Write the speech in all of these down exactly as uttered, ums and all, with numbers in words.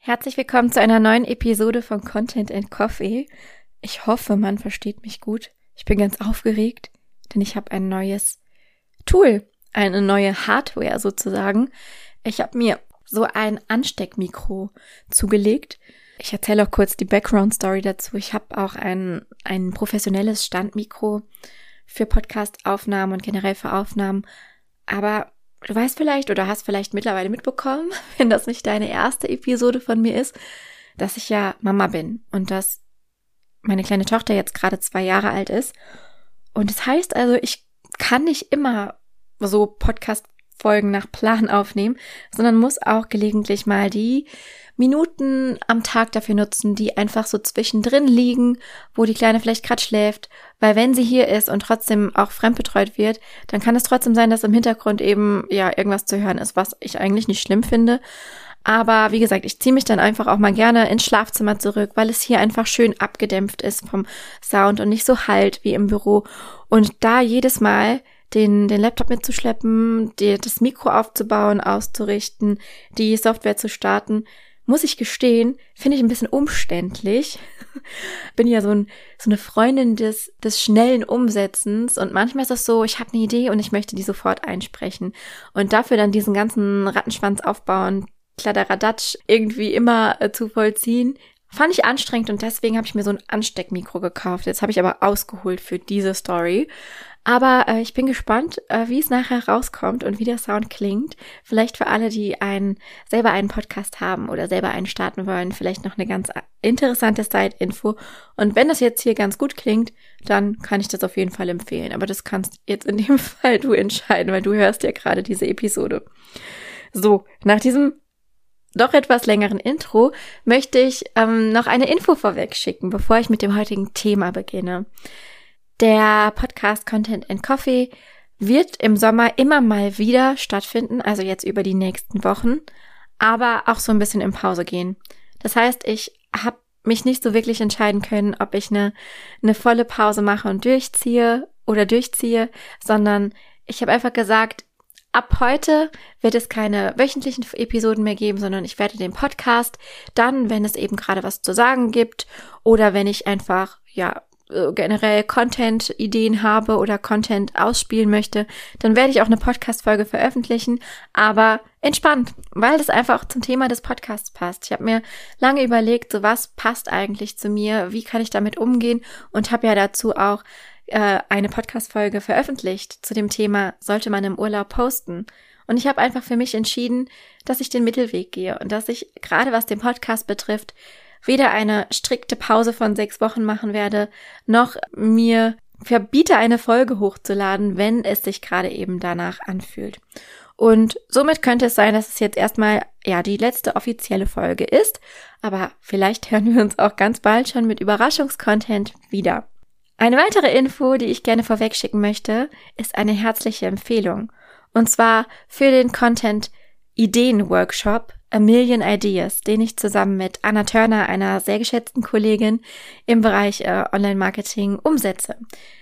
Herzlich willkommen zu einer neuen Episode von Content and Coffee. Ich hoffe, man versteht mich gut. Ich bin ganz aufgeregt, denn ich habe ein neues Tool, eine neue Hardware sozusagen. Ich habe mir so ein Ansteckmikro zugelegt. Ich erzähle auch kurz die Background-Story dazu. Ich habe auch ein, ein professionelles Standmikro für Podcast-Aufnahmen und generell für Aufnahmen. Aber du weißt vielleicht oder hast vielleicht mittlerweile mitbekommen, wenn das nicht deine erste Episode von mir ist, dass ich ja Mama bin und dass meine kleine Tochter jetzt gerade zwei Jahre alt ist. Und das heißt also, ich kann nicht immer so Podcast-Folgen nach Plan aufnehmen, sondern muss auch gelegentlich mal die Minuten am Tag dafür nutzen, die einfach so zwischendrin liegen, wo die Kleine vielleicht gerade schläft, weil wenn sie hier ist und trotzdem auch fremdbetreut wird, dann kann es trotzdem sein, dass im Hintergrund eben ja irgendwas zu hören ist, was ich eigentlich nicht schlimm finde. Aber wie gesagt, ich ziehe mich dann einfach auch mal gerne ins Schlafzimmer zurück, weil es hier einfach schön abgedämpft ist vom Sound und nicht so halt wie im Büro. Und da jedes Mal den, den Laptop mitzuschleppen, die, das Mikro aufzubauen, auszurichten, die Software zu starten, muss ich gestehen, finde ich ein bisschen umständlich. Bin ja so, ein, so eine Freundin des, des schnellen Umsetzens und manchmal ist das so, ich habe eine Idee und ich möchte die sofort einsprechen. Und dafür dann diesen ganzen Rattenschwanz aufbauen, Kladderadatsch irgendwie immer äh, zu vollziehen, fand ich anstrengend und deswegen habe ich mir so ein Ansteckmikro gekauft. Jetzt habe ich aber ausgeholt für diese Story. Aber äh, ich bin gespannt, äh, wie es nachher rauskommt und wie der Sound klingt. Vielleicht für alle, die einen, selber einen Podcast haben oder selber einen starten wollen, vielleicht noch eine ganz interessante Side-Info. Und wenn das jetzt hier ganz gut klingt, dann kann ich das auf jeden Fall empfehlen. Aber das kannst jetzt in dem Fall du entscheiden, weil du hörst ja gerade diese Episode. So, nach diesem doch etwas längeren Intro möchte ich ähm, noch eine Info vorweg schicken, bevor ich mit dem heutigen Thema beginne. Der Podcast Content and Coffee wird im Sommer immer mal wieder stattfinden, also jetzt über die nächsten Wochen, aber auch so ein bisschen in Pause gehen. Das heißt, ich habe mich nicht so wirklich entscheiden können, ob ich eine, eine volle Pause mache und durchziehe oder durchziehe, sondern ich habe einfach gesagt, ab heute wird es keine wöchentlichen Episoden mehr geben, sondern ich werde den Podcast dann, wenn es eben gerade was zu sagen gibt oder wenn ich einfach, ja, generell Content-Ideen habe oder Content ausspielen möchte, dann werde ich auch eine Podcast-Folge veröffentlichen, aber entspannt, weil das einfach zum Thema des Podcasts passt. Ich habe mir lange überlegt, so was passt eigentlich zu mir, wie kann ich damit umgehen und habe ja dazu auch äh, eine Podcast-Folge veröffentlicht zu dem Thema, sollte man im Urlaub posten? Und ich habe einfach für mich entschieden, dass ich den Mittelweg gehe und dass ich gerade was den Podcast betrifft, weder eine strikte Pause von sechs Wochen machen werde, noch mir verbiete, eine Folge hochzuladen, wenn es sich gerade eben danach anfühlt. Und somit könnte es sein, dass es jetzt erstmal ja die letzte offizielle Folge ist, aber vielleicht hören wir uns auch ganz bald schon mit Überraschungscontent wieder. Eine weitere Info, die ich gerne vorweg schicken möchte, ist eine herzliche Empfehlung. Und zwar für den Content-Ideen-Workshop A Million Ideas, den ich zusammen mit Anna Turner, einer sehr geschätzten Kollegin im Bereich äh, Online-Marketing, umsetze.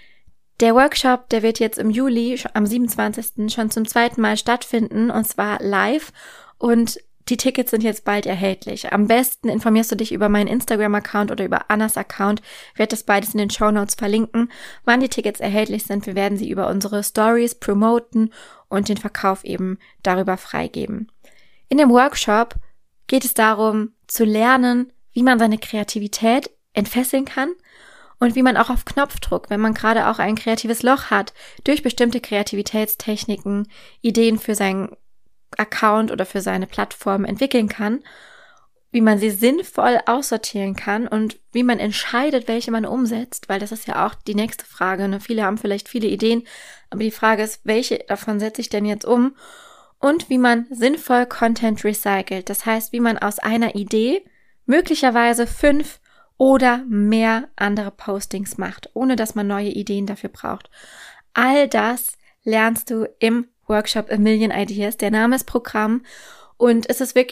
Der Workshop, der wird jetzt im Juli am siebenundzwanzigsten schon zum zweiten Mal stattfinden und zwar live und die Tickets sind jetzt bald erhältlich. Am besten informierst du dich über meinen Instagram-Account oder über Annas Account. Ich werde das beides in den Shownotes verlinken, wann die Tickets erhältlich sind. Wir werden sie über unsere Stories promoten und den Verkauf eben darüber freigeben. In dem Workshop geht es darum, zu lernen, wie man seine Kreativität entfesseln kann und wie man auch auf Knopfdruck, wenn man gerade auch ein kreatives Loch hat, durch bestimmte Kreativitätstechniken Ideen für seinen Account oder für seine Plattform entwickeln kann, wie man sie sinnvoll aussortieren kann und wie man entscheidet, welche man umsetzt, weil das ist ja auch die nächste Frage. Ne? Viele haben vielleicht viele Ideen, aber die Frage ist, welche davon setze ich denn jetzt um? Und wie man sinnvoll Content recycelt. Das heißt, wie man aus einer Idee möglicherweise fünf oder mehr andere Postings macht, ohne dass man neue Ideen dafür braucht. All das lernst du im Workshop A Million Ideas. Der Name ist Programm und es ist wirklich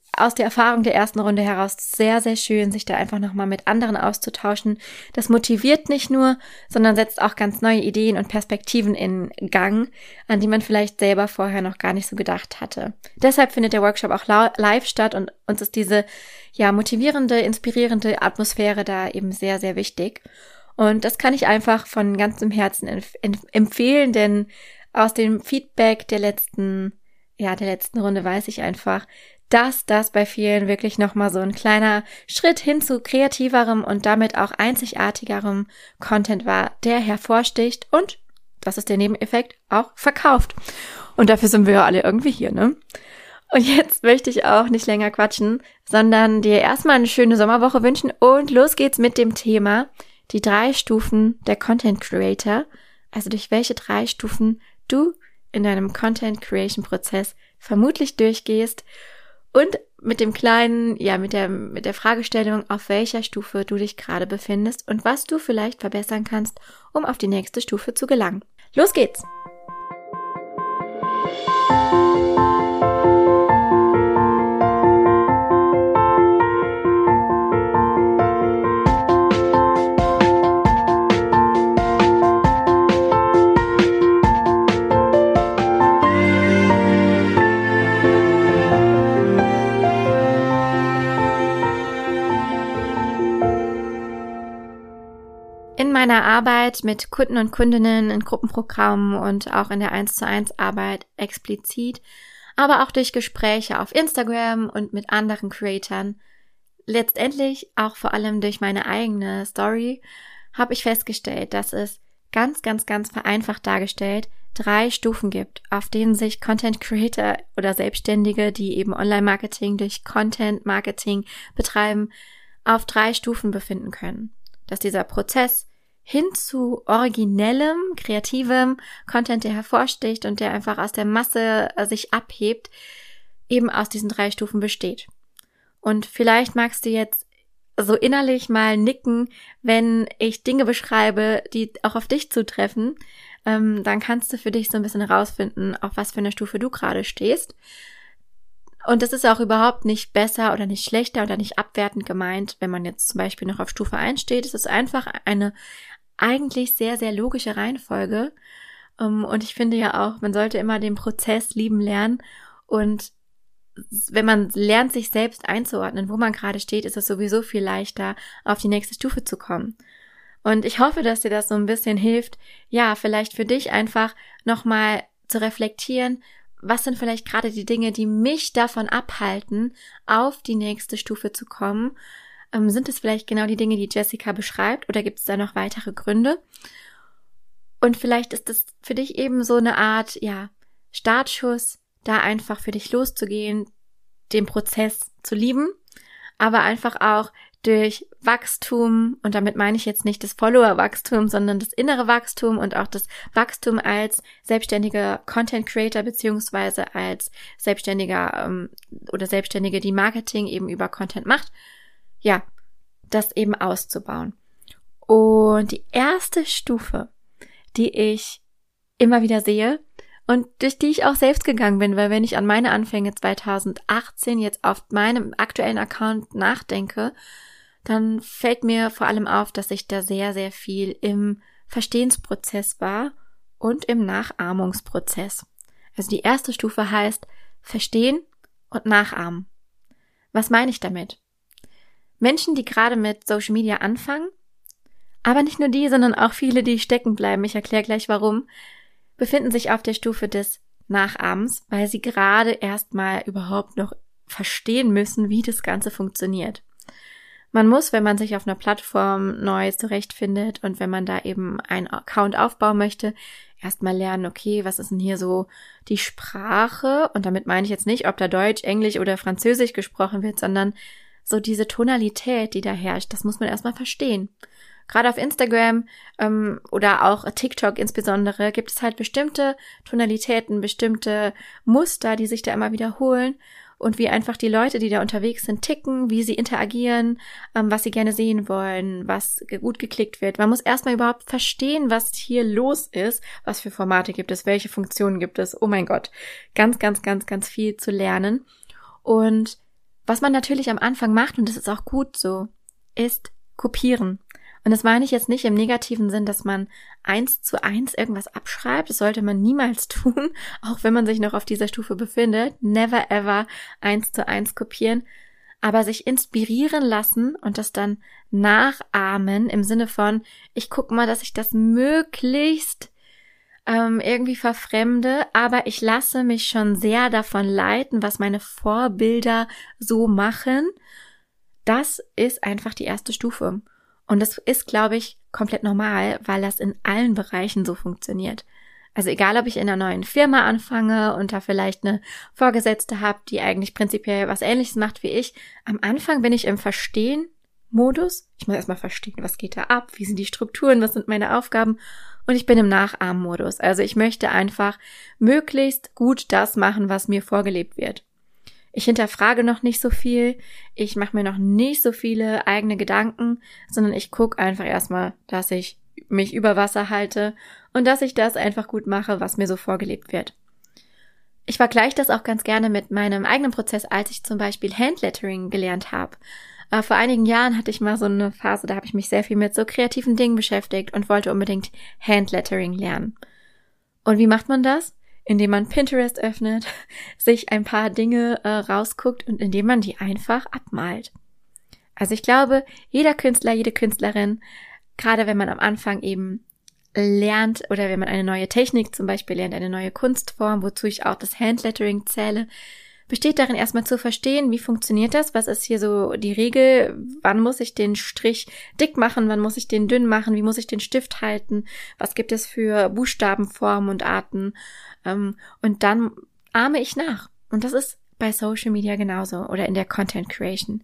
aus der Erfahrung der ersten Runde heraus sehr, sehr schön, sich da einfach nochmal mit anderen auszutauschen. Das motiviert nicht nur, sondern setzt auch ganz neue Ideen und Perspektiven in Gang, an die man vielleicht selber vorher noch gar nicht so gedacht hatte. Deshalb findet der Workshop auch live statt und uns ist diese ja motivierende, inspirierende Atmosphäre da eben sehr, sehr wichtig. Und das kann ich einfach von ganzem Herzen empf- empfehlen, denn aus dem Feedback der letzten, ja, der letzten Runde weiß ich einfach, dass das bei vielen wirklich nochmal so ein kleiner Schritt hin zu kreativerem und damit auch einzigartigerem Content war, der hervorsticht und, das ist der Nebeneffekt, auch verkauft. Und dafür sind wir ja alle irgendwie hier, ne? Und jetzt möchte ich auch nicht länger quatschen, sondern dir erstmal eine schöne Sommerwoche wünschen und los geht's mit dem Thema die drei Stufen der Content Creator, also durch welche drei Stufen du in deinem Content Creation Prozess vermutlich durchgehst und mit dem kleinen, ja, mit der, mit der Fragestellung, auf welcher Stufe du dich gerade befindest und was du vielleicht verbessern kannst, um auf die nächste Stufe zu gelangen. Los geht's! In meiner Arbeit mit Kunden und Kundinnen in Gruppenprogrammen und auch in der eins zu eins Arbeit explizit, aber auch durch Gespräche auf Instagram und mit anderen Creatoren, letztendlich auch vor allem durch meine eigene Story, habe ich festgestellt, dass es ganz, ganz, ganz vereinfacht dargestellt drei Stufen gibt, auf denen sich Content Creator oder Selbstständige, die eben Online-Marketing durch Content Marketing betreiben, auf drei Stufen befinden können. Dass dieser Prozess hin zu originellem, kreativem Content, der hervorsticht und der einfach aus der Masse sich abhebt, eben aus diesen drei Stufen besteht. Und vielleicht magst du jetzt so innerlich mal nicken, wenn ich Dinge beschreibe, die auch auf dich zutreffen, ähm, dann kannst du für dich so ein bisschen herausfinden, auf was für eine Stufe du gerade stehst. Und das ist auch überhaupt nicht besser oder nicht schlechter oder nicht abwertend gemeint, wenn man jetzt zum Beispiel noch auf Stufe eins steht. Es ist einfach eine eigentlich sehr, sehr logische Reihenfolge. Und ich finde ja auch, man sollte immer den Prozess lieben lernen. Und wenn man lernt, sich selbst einzuordnen, wo man gerade steht, ist es sowieso viel leichter, auf die nächste Stufe zu kommen. Und ich hoffe, dass dir das so ein bisschen hilft, ja, vielleicht für dich einfach nochmal zu reflektieren, was sind vielleicht gerade die Dinge, die mich davon abhalten, auf die nächste Stufe zu kommen? Ähm, sind es vielleicht genau die Dinge, die Jessica beschreibt, oder gibt es da noch weitere Gründe? Und vielleicht ist es für dich eben so eine Art, ja, Startschuss, da einfach für dich loszugehen, den Prozess zu lieben, aber einfach auch durch Wachstum, und damit meine ich jetzt nicht das Follower-Wachstum, sondern das innere Wachstum und auch das Wachstum als selbstständiger Content-Creator beziehungsweise als Selbstständiger ähm, oder Selbstständige, die Marketing eben über Content macht, ja, das eben auszubauen. Und die erste Stufe, die ich immer wieder sehe und durch die ich auch selbst gegangen bin, weil wenn ich an meine Anfänge zweitausendachtzehn jetzt auf meinem aktuellen Account nachdenke, dann fällt mir vor allem auf, dass ich da sehr, sehr viel im Verstehensprozess war und im Nachahmungsprozess. Also die erste Stufe heißt Verstehen und Nachahmen. Was meine ich damit? Menschen, die gerade mit Social Media anfangen, aber nicht nur die, sondern auch viele, die stecken bleiben, ich erkläre gleich warum, befinden sich auf der Stufe des Nachahmens, weil sie gerade erstmal überhaupt noch verstehen müssen, wie das Ganze funktioniert. Man muss, wenn man sich auf einer Plattform neu zurechtfindet und wenn man da eben einen Account aufbauen möchte, erstmal lernen, okay, was ist denn hier so die Sprache? Und damit meine ich jetzt nicht, ob da Deutsch, Englisch oder Französisch gesprochen wird, sondern so diese Tonalität, die da herrscht, das muss man erstmal verstehen. Gerade auf Instagram ähm, oder auch TikTok insbesondere gibt es halt bestimmte Tonalitäten, bestimmte Muster, die sich da immer wiederholen und wie einfach die Leute, die da unterwegs sind, ticken, wie sie interagieren, ähm, was sie gerne sehen wollen, was gut geklickt wird. Man muss erstmal überhaupt verstehen, was hier los ist, was für Formate gibt es, welche Funktionen gibt es. Oh mein Gott, ganz, ganz, ganz, ganz viel zu lernen. Und Was man natürlich am Anfang macht, und das ist auch gut so, ist kopieren. Und das meine ich jetzt nicht im negativen Sinn, dass man eins zu eins irgendwas abschreibt. Das sollte man niemals tun, auch wenn man sich noch auf dieser Stufe befindet. Never ever eins zu eins kopieren. Aber sich inspirieren lassen und das dann nachahmen im Sinne von, ich gucke mal, dass ich das möglichst ähm, irgendwie verfremde, aber ich lasse mich schon sehr davon leiten, was meine Vorbilder so machen. Das ist einfach die erste Stufe. Und das ist, glaube ich, komplett normal, weil das in allen Bereichen so funktioniert. Also egal, ob ich in einer neuen Firma anfange und da vielleicht eine Vorgesetzte habe, die eigentlich prinzipiell was Ähnliches macht wie ich. Am Anfang bin ich im Verstehen-Modus. Ich muss erstmal verstehen, was geht da ab, wie sind die Strukturen, was sind meine Aufgaben. Und ich bin im Nachahmen-Modus. Also ich möchte einfach möglichst gut das machen, was mir vorgelebt wird. Ich hinterfrage noch nicht so viel, ich mache mir noch nicht so viele eigene Gedanken, sondern ich gucke einfach erstmal, dass ich mich über Wasser halte und dass ich das einfach gut mache, was mir so vorgelebt wird. Ich vergleiche das auch ganz gerne mit meinem eigenen Prozess, als ich zum Beispiel Handlettering gelernt habe. Äh, vor einigen Jahren hatte ich mal so eine Phase, da habe ich mich sehr viel mit so kreativen Dingen beschäftigt und wollte unbedingt Handlettering lernen. Und wie macht man das? Indem man Pinterest öffnet, sich ein paar Dinge äh, rausguckt und indem man die einfach abmalt. Also ich glaube, jeder Künstler, jede Künstlerin, gerade wenn man am Anfang eben lernt oder wenn man eine neue Technik zum Beispiel lernt, eine neue Kunstform, wozu ich auch das Handlettering zähle, besteht darin erstmal zu verstehen, wie funktioniert das, was ist hier so die Regel, wann muss ich den Strich dick machen, wann muss ich den dünn machen, wie muss ich den Stift halten, was gibt es für Buchstabenformen und Arten, ähm, und dann ahme ich nach. Und das ist bei Social Media genauso oder in der Content Creation.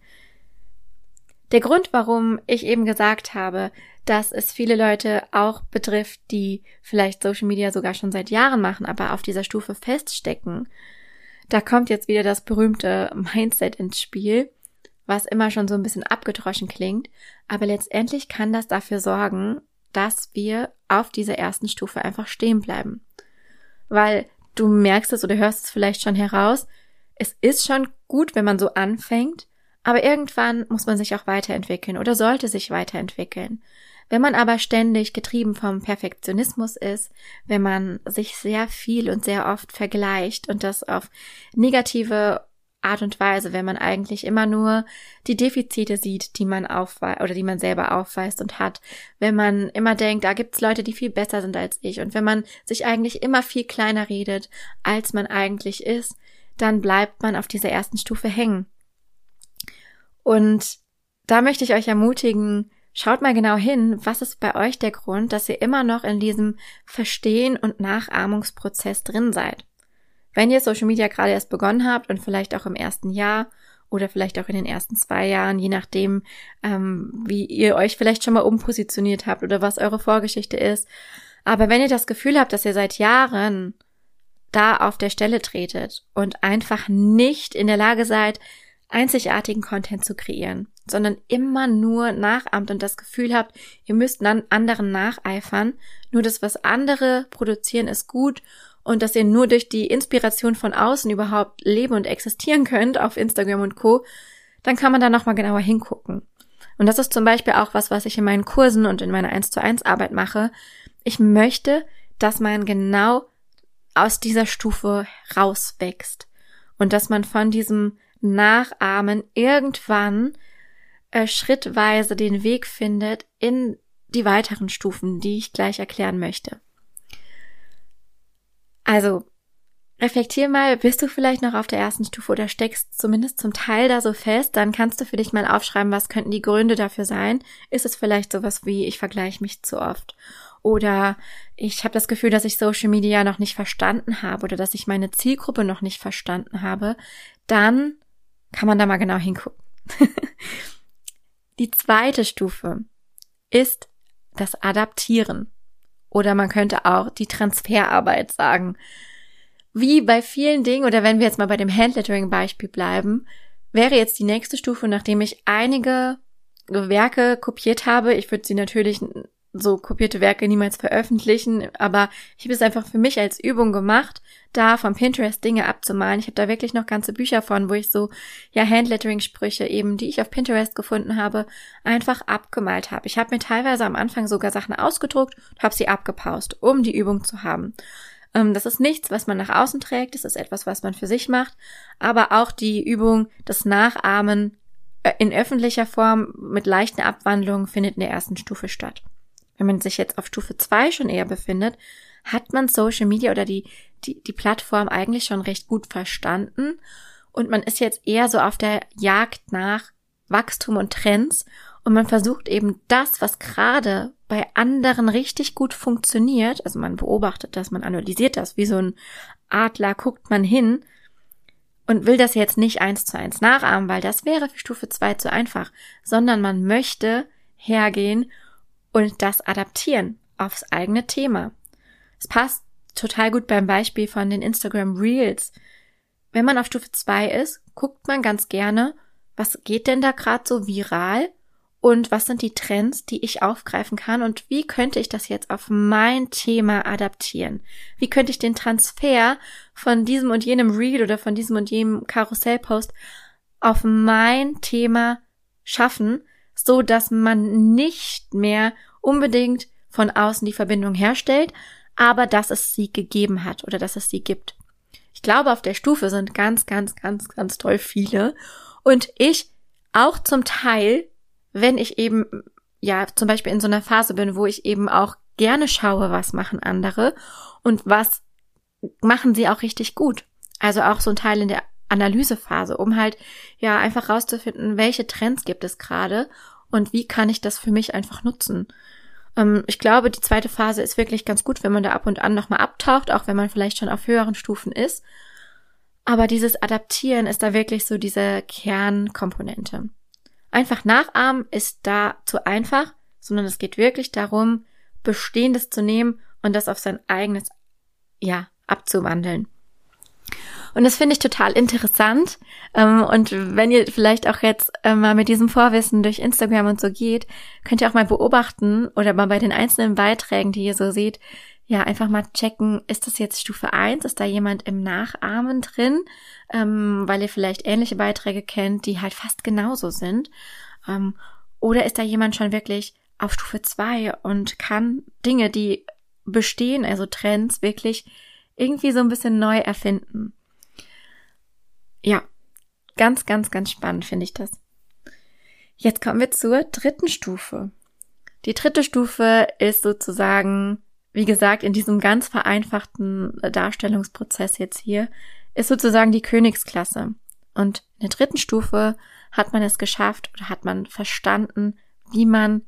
Der Grund, warum ich eben gesagt habe, dass es viele Leute auch betrifft, die vielleicht Social Media sogar schon seit Jahren machen, aber auf dieser Stufe feststecken, da kommt jetzt wieder das berühmte Mindset ins Spiel, was immer schon so ein bisschen abgedroschen klingt, aber letztendlich kann das dafür sorgen, dass wir auf dieser ersten Stufe einfach stehen bleiben. Weil du merkst es oder hörst es vielleicht schon heraus, es ist schon gut, wenn man so anfängt, aber irgendwann muss man sich auch weiterentwickeln oder sollte sich weiterentwickeln. Wenn man aber ständig getrieben vom Perfektionismus ist, wenn man sich sehr viel und sehr oft vergleicht und das auf negative Art und Weise, wenn man eigentlich immer nur die Defizite sieht, die man aufweist oder die man selber aufweist und hat, wenn man immer denkt, da gibt's Leute, die viel besser sind als ich und wenn man sich eigentlich immer viel kleiner redet, als man eigentlich ist, dann bleibt man auf dieser ersten Stufe hängen. Und da möchte ich euch ermutigen, schaut mal genau hin, was ist bei euch der Grund, dass ihr immer noch in diesem Verstehen- und Nachahmungsprozess drin seid. Wenn ihr Social Media gerade erst begonnen habt und vielleicht auch im ersten Jahr oder vielleicht auch in den ersten zwei Jahren, je nachdem, ähm, wie ihr euch vielleicht schon mal umpositioniert habt oder was eure Vorgeschichte ist. Aber wenn ihr das Gefühl habt, dass ihr seit Jahren da auf der Stelle tretet und einfach nicht in der Lage seid, einzigartigen Content zu kreieren, sondern immer nur nachahmt und das Gefühl habt, ihr müsst dann anderen nacheifern, nur das, was andere produzieren, ist gut und dass ihr nur durch die Inspiration von außen überhaupt leben und existieren könnt auf Instagram und Co., dann kann man da nochmal genauer hingucken. Und das ist zum Beispiel auch was, was ich in meinen Kursen und in meiner eins zu eins Arbeit mache. Ich möchte, dass man genau aus dieser Stufe rauswächst und dass man von diesem Nachahmen irgendwann äh, schrittweise den Weg findet in die weiteren Stufen, die ich gleich erklären möchte. Also, reflektier mal, bist du vielleicht noch auf der ersten Stufe oder steckst zumindest zum Teil da so fest, dann kannst du für dich mal aufschreiben, was könnten die Gründe dafür sein. Ist es vielleicht sowas wie, ich vergleiche mich zu oft? Oder ich habe das Gefühl, dass ich Social Media noch nicht verstanden habe oder dass ich meine Zielgruppe noch nicht verstanden habe, dann kann man da mal genau hingucken. Die zweite Stufe ist das Adaptieren. Oder man könnte auch die Transferarbeit sagen. Wie bei vielen Dingen, oder wenn wir jetzt mal bei dem Handlettering-Beispiel bleiben, wäre jetzt die nächste Stufe, nachdem ich einige Werke kopiert habe, ich würde sie natürlich so kopierte Werke niemals veröffentlichen, aber ich habe es einfach für mich als Übung gemacht, da vom Pinterest Dinge abzumalen. Ich habe da wirklich noch ganze Bücher von, wo ich so, ja, Handlettering-Sprüche eben, die ich auf Pinterest gefunden habe, einfach abgemalt habe. Ich habe mir teilweise am Anfang sogar Sachen ausgedruckt und habe sie abgepaust, um die Übung zu haben. Ähm, das ist nichts, was man nach außen trägt, das ist etwas, was man für sich macht, aber auch die Übung, das Nachahmen äh, in öffentlicher Form mit leichten Abwandlungen findet in der ersten Stufe statt. Wenn man sich jetzt auf Stufe zwei schon eher befindet, hat man Social Media oder die, die, die Plattform eigentlich schon recht gut verstanden und man ist jetzt eher so auf der Jagd nach Wachstum und Trends und man versucht eben das, was gerade bei anderen richtig gut funktioniert, also man beobachtet das, man analysiert das, wie so ein Adler guckt man hin und will das jetzt nicht eins zu eins nachahmen, weil das wäre für Stufe zwei zu einfach, sondern man möchte hergehen und das adaptieren aufs eigene Thema. Es passt total gut beim Beispiel von den Instagram Reels. Wenn man auf Stufe zwei ist, guckt man ganz gerne, was geht denn da gerade so viral und was sind die Trends, die ich aufgreifen kann und wie könnte ich das jetzt auf mein Thema adaptieren? Wie könnte ich den Transfer von diesem und jenem Reel oder von diesem und jenem Karussellpost auf mein Thema schaffen, so dass man nicht mehr unbedingt von außen die Verbindung herstellt, aber dass es sie gegeben hat oder dass es sie gibt. Ich glaube, auf der Stufe sind ganz, ganz, ganz, ganz toll viele und ich auch zum Teil, wenn ich eben, ja, zum Beispiel in so einer Phase bin, wo ich eben auch gerne schaue, was machen andere und was machen sie auch richtig gut. Also auch so ein Teil in der Analysephase, um halt ja einfach rauszufinden, welche Trends gibt es gerade und wie kann ich das für mich einfach nutzen. Ähm, ich glaube, die zweite Phase ist wirklich ganz gut, wenn man da ab und an nochmal abtaucht, auch wenn man vielleicht schon auf höheren Stufen ist. Aber dieses Adaptieren ist da wirklich so diese Kernkomponente. Einfach nachahmen ist da zu einfach, sondern es geht wirklich darum, Bestehendes zu nehmen und das auf sein eigenes, ja, abzuwandeln. Und das finde ich total interessant. Und wenn ihr vielleicht auch jetzt mal mit diesem Vorwissen durch Instagram und so geht, könnt ihr auch mal beobachten oder mal bei den einzelnen Beiträgen, die ihr so seht, ja, einfach mal checken, ist das jetzt Stufe eins? Ist da jemand im Nachahmen drin? Weil ihr vielleicht ähnliche Beiträge kennt, die halt fast genauso sind. Oder ist da jemand schon wirklich auf Stufe zwei und kann Dinge, die bestehen, also Trends, wirklich irgendwie so ein bisschen neu erfinden? Ja, ganz, ganz, ganz spannend finde ich das. Jetzt kommen wir zur dritten Stufe. Die dritte Stufe ist sozusagen, wie gesagt, in diesem ganz vereinfachten Darstellungsprozess jetzt hier, ist sozusagen die Königsklasse. Und in der dritten Stufe hat man es geschafft oder hat man verstanden, wie man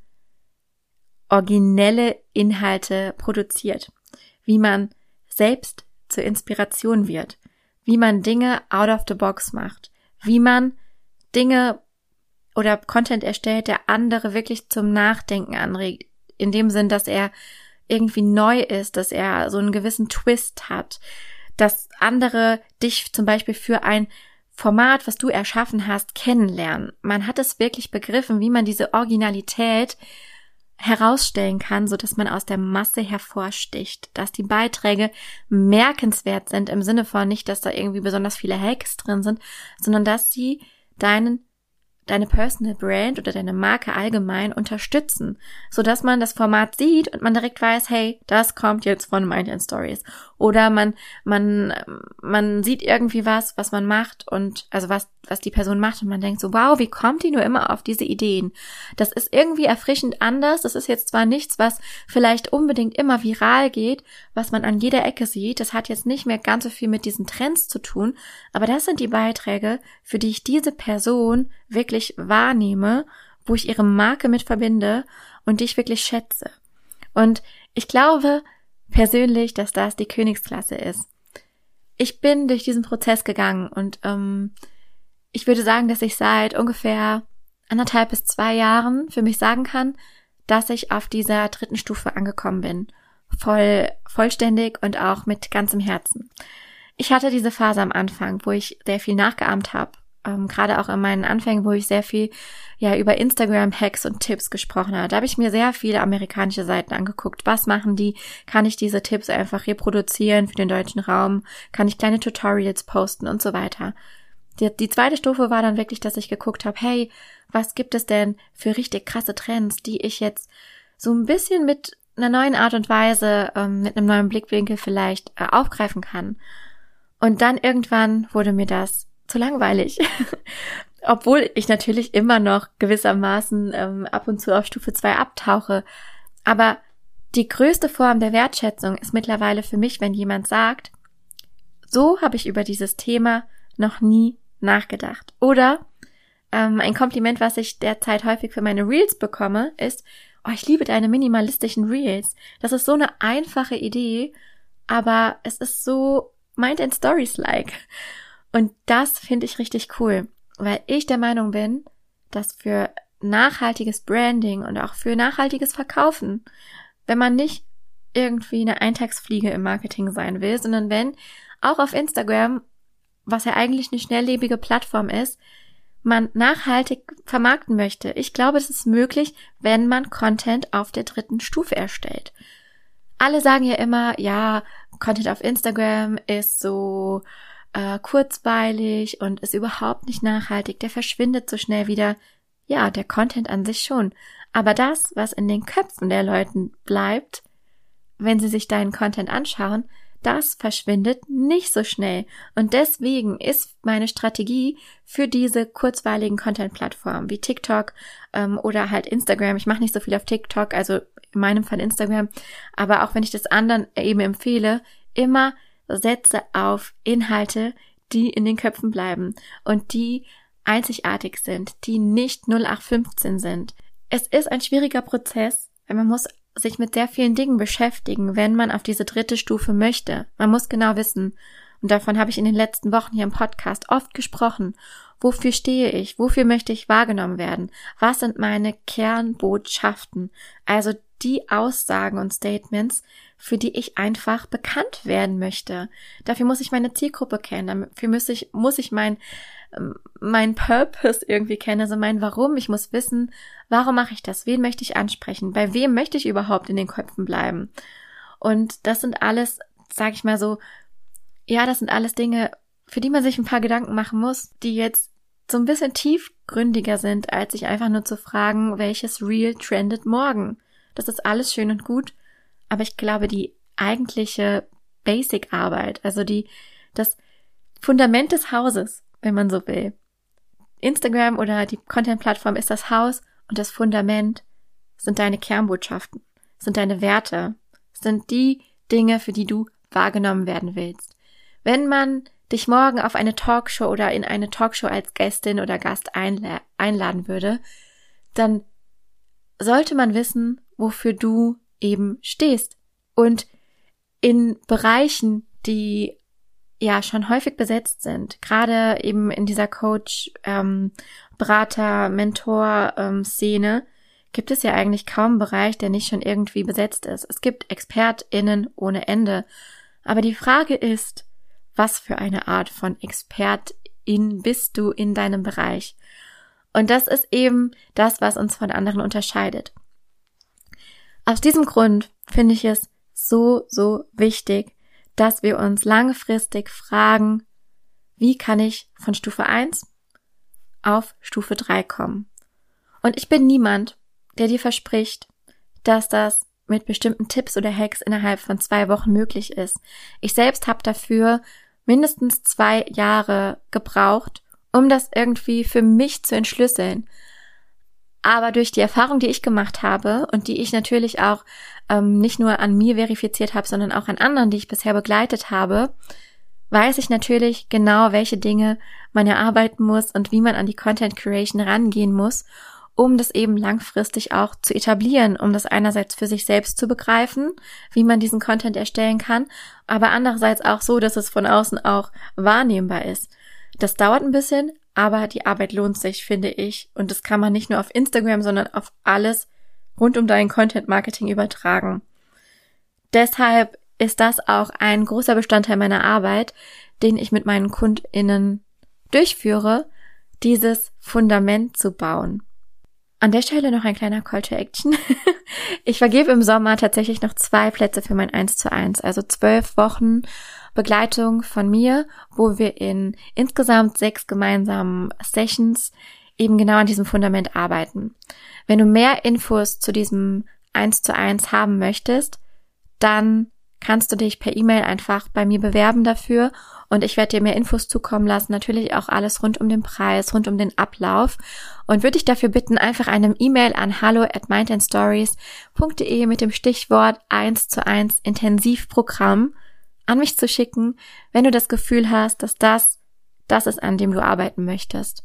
originelle Inhalte produziert, wie man selbst zur Inspiration wird, wie man Dinge out of the box macht, wie man Dinge oder Content erstellt, der andere wirklich zum Nachdenken anregt, in dem Sinn, dass er irgendwie neu ist, dass er so einen gewissen Twist hat, dass andere dich zum Beispiel für ein Format, was du erschaffen hast, kennenlernen. Man hat es wirklich begriffen, wie man diese Originalität herausstellen kann, so dass man aus der Masse hervorsticht, dass die Beiträge merkenswert sind im Sinne von nicht, dass da irgendwie besonders viele Hacks drin sind, sondern dass sie deinen deine Personal Brand oder deine Marke allgemein unterstützen, so dass man das Format sieht und man direkt weiß, hey, das kommt jetzt von Mind and Stories. Oder man man man sieht irgendwie was, was man macht und also was was die Person macht und man denkt so, wow, wie kommt die nur immer auf diese Ideen? Das ist irgendwie erfrischend anders. Das ist jetzt zwar nichts, was vielleicht unbedingt immer viral geht, was man an jeder Ecke sieht. Das hat jetzt nicht mehr ganz so viel mit diesen Trends zu tun, aber das sind die Beiträge, für die ich diese Person wirklich wahrnehme, wo ich ihre Marke mit verbinde und die ich wirklich schätze. Und ich glaube persönlich, dass das die Königsklasse ist. Ich bin durch diesen Prozess gegangen und ähm, ich würde sagen, dass ich seit ungefähr anderthalb bis zwei Jahren für mich sagen kann, dass ich auf dieser dritten Stufe angekommen bin. Voll, vollständig und auch mit ganzem Herzen. Ich hatte diese Phase am Anfang, wo ich sehr viel nachgeahmt habe, ähm, gerade auch in meinen Anfängen, wo ich sehr viel ja über Instagram-Hacks und Tipps gesprochen habe. Da habe ich mir sehr viele amerikanische Seiten angeguckt. Was machen die? Kann ich diese Tipps einfach reproduzieren für den deutschen Raum? Kann ich kleine Tutorials posten und so weiter? Die, die zweite Stufe war dann wirklich, dass ich geguckt habe, hey, was gibt es denn für richtig krasse Trends, die ich jetzt so ein bisschen mit einer neuen Art und Weise, ähm, mit einem neuen Blickwinkel vielleicht äh, aufgreifen kann. Und dann irgendwann wurde mir das zu langweilig. Obwohl ich natürlich immer noch gewissermaßen ähm, ab und zu auf Stufe zwei abtauche. Aber die größte Form der Wertschätzung ist mittlerweile für mich, wenn jemand sagt, so habe ich über dieses Thema noch nie nachgedacht. Oder ähm, ein Kompliment, was ich derzeit häufig für meine Reels bekomme, ist, oh, ich liebe deine minimalistischen Reels. Das ist so eine einfache Idee, aber es ist so Mind and Stories-like. Und das finde ich richtig cool, weil ich der Meinung bin, dass für nachhaltiges Branding und auch für nachhaltiges Verkaufen, wenn man nicht irgendwie eine Eintagsfliege im Marketing sein will, sondern wenn auch auf Instagram, was ja eigentlich eine schnelllebige Plattform ist, man nachhaltig vermarkten möchte. Ich glaube, es ist möglich, wenn man Content auf der dritten Stufe erstellt. Alle sagen ja immer, ja, Content auf Instagram ist so äh, kurzweilig und ist überhaupt nicht nachhaltig, der verschwindet so schnell wieder. Ja, der Content an sich schon. Aber das, was in den Köpfen der Leuten bleibt, wenn sie sich deinen Content anschauen, das verschwindet nicht so schnell. Und deswegen ist meine Strategie für diese kurzweiligen Content-Plattformen wie TikTok ähm, oder halt Instagram. Ich mache nicht so viel auf TikTok, also in meinem Fall Instagram. Aber auch wenn ich das anderen eben empfehle, immer setze auf Inhalte, die in den Köpfen bleiben und die einzigartig sind, die nicht null acht fünfzehn sind. Es ist ein schwieriger Prozess, weil man muss sich mit sehr vielen Dingen beschäftigen, wenn man auf diese dritte Stufe möchte. Man muss genau wissen, und davon habe ich in den letzten Wochen hier im Podcast oft gesprochen, wofür stehe ich, wofür möchte ich wahrgenommen werden, was sind meine Kernbotschaften, also die Aussagen und Statements, für die ich einfach bekannt werden möchte. Dafür muss ich meine Zielgruppe kennen, dafür muss ich, muss ich mein mein Purpose irgendwie kennen, also mein Warum. Ich muss wissen, warum mache ich das? Wen möchte ich ansprechen? Bei wem möchte ich überhaupt in den Köpfen bleiben? Und das sind alles, sag ich mal so, ja, das sind alles Dinge, für die man sich ein paar Gedanken machen muss, die jetzt so ein bisschen tiefgründiger sind, als sich einfach nur zu fragen, welches Reel trendet morgen. Das ist alles schön und gut, aber ich glaube, die eigentliche Basic-Arbeit, also die, das Fundament des Hauses, wenn man so will. Instagram oder die Content-Plattform ist das Haus und das Fundament sind deine Kernbotschaften, sind deine Werte, sind die Dinge, für die du wahrgenommen werden willst. Wenn man dich morgen auf eine Talkshow oder in eine Talkshow als Gästin oder Gast einla- einladen würde, dann sollte man wissen, wofür du eben stehst. Und in Bereichen, die ja schon häufig besetzt sind, gerade eben in dieser Coach, ähm, Berater, Mentor, ähm, Szene, gibt es ja eigentlich kaum einen Bereich, der nicht schon irgendwie besetzt ist. Es gibt ExpertInnen ohne Ende. Aber die Frage ist, was für eine Art von Expertin bist du in deinem Bereich? Und das ist eben das, was uns von anderen unterscheidet. Aus diesem Grund finde ich es so, so wichtig, dass wir uns langfristig fragen, wie kann ich von Stufe eins auf Stufe drei kommen? Und ich bin niemand, der dir verspricht, dass das mit bestimmten Tipps oder Hacks innerhalb von zwei Wochen möglich ist. Ich selbst habe dafür mindestens zwei Jahre gebraucht, um das irgendwie für mich zu entschlüsseln. Aber durch die Erfahrung, die ich gemacht habe und die ich natürlich auch ähm, nicht nur an mir verifiziert habe, sondern auch an anderen, die ich bisher begleitet habe, weiß ich natürlich genau, welche Dinge man erarbeiten muss und wie man an die Content Creation rangehen muss, um das eben langfristig auch zu etablieren, um das einerseits für sich selbst zu begreifen, wie man diesen Content erstellen kann, aber andererseits auch so, dass es von außen auch wahrnehmbar ist. Das dauert ein bisschen, aber die Arbeit lohnt sich, finde ich. Und das kann man nicht nur auf Instagram, sondern auf alles rund um dein Content-Marketing übertragen. Deshalb ist das auch ein großer Bestandteil meiner Arbeit, den ich mit meinen KundInnen durchführe, dieses Fundament zu bauen. An der Stelle noch ein kleiner Call to Action. Ich vergebe im Sommer tatsächlich noch zwei Plätze für mein eins zu eins, also zwölf Wochen Begleitung von mir, wo wir in insgesamt sechs gemeinsamen Sessions eben genau an diesem Fundament arbeiten. Wenn du mehr Infos zu diesem eins zu eins haben möchtest, dann kannst du dich per E-Mail einfach bei mir bewerben dafür und ich werde dir mehr Infos zukommen lassen, natürlich auch alles rund um den Preis, rund um den Ablauf und würde dich dafür bitten, einfach eine E-Mail an hallo at mindandstories punkt de mit dem Stichwort eins zu eins Intensivprogramm an mich zu schicken, wenn du das Gefühl hast, dass das das ist, an dem du arbeiten möchtest.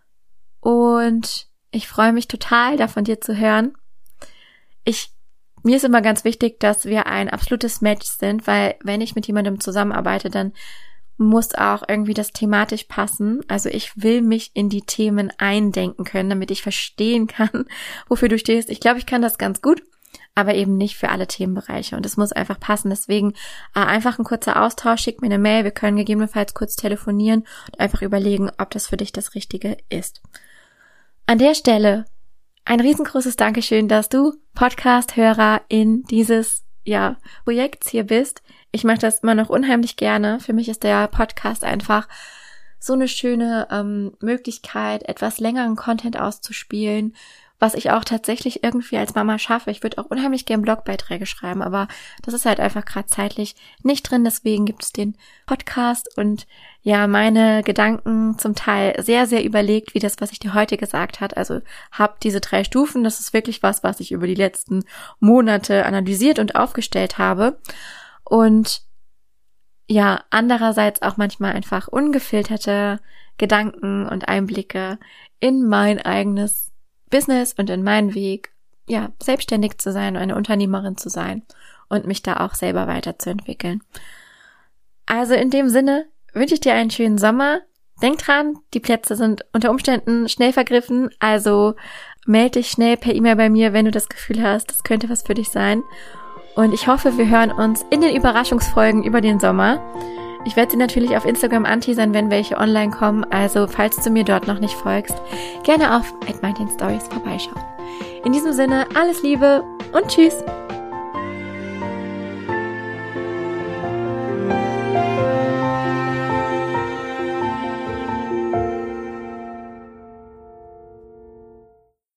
Und ich freue mich total, da von dir zu hören. Ich Mir ist immer ganz wichtig, dass wir ein absolutes Match sind, weil wenn ich mit jemandem zusammenarbeite, dann muss auch irgendwie das thematisch passen. Also ich will mich in die Themen eindenken können, damit ich verstehen kann, wofür du stehst. Ich glaube, ich kann das ganz gut, aber eben nicht für alle Themenbereiche. Und es muss einfach passen. Deswegen äh, einfach ein kurzer Austausch, schick mir eine Mail. Wir können gegebenenfalls kurz telefonieren und einfach überlegen, ob das für dich das Richtige ist. An der Stelle ein riesengroßes Dankeschön, dass du Podcast-Hörer in dieses ja, Projekts hier bist. Ich mache das immer noch unheimlich gerne. Für mich ist der Podcast einfach so eine schöne ähm, Möglichkeit, etwas längeren Content auszuspielen, was ich auch tatsächlich irgendwie als Mama schaffe. Ich würde auch unheimlich gerne Blogbeiträge schreiben, aber das ist halt einfach gerade zeitlich nicht drin. Deswegen gibt es den Podcast und ja, meine Gedanken zum Teil sehr, sehr überlegt, wie das, was ich dir heute gesagt habe. Also hab diese drei Stufen. Das ist wirklich was, was ich über die letzten Monate analysiert und aufgestellt habe. Und ja, andererseits auch manchmal einfach ungefilterte Gedanken und Einblicke in mein eigenes Business und in meinen Weg, ja, selbstständig zu sein, eine Unternehmerin zu sein und mich da auch selber weiterzuentwickeln. Also in dem Sinne wünsche ich dir einen schönen Sommer. Denk dran, die Plätze sind unter Umständen schnell vergriffen, also melde dich schnell per E-Mail bei mir, wenn du das Gefühl hast, das könnte was für dich sein. Und ich hoffe, wir hören uns in den Überraschungsfolgen über den Sommer. Ich werde sie natürlich auf Instagram anteasern, wenn welche online kommen, also falls du mir dort noch nicht folgst, gerne auf at mindandstories vorbeischauen. In diesem Sinne, alles Liebe und tschüss!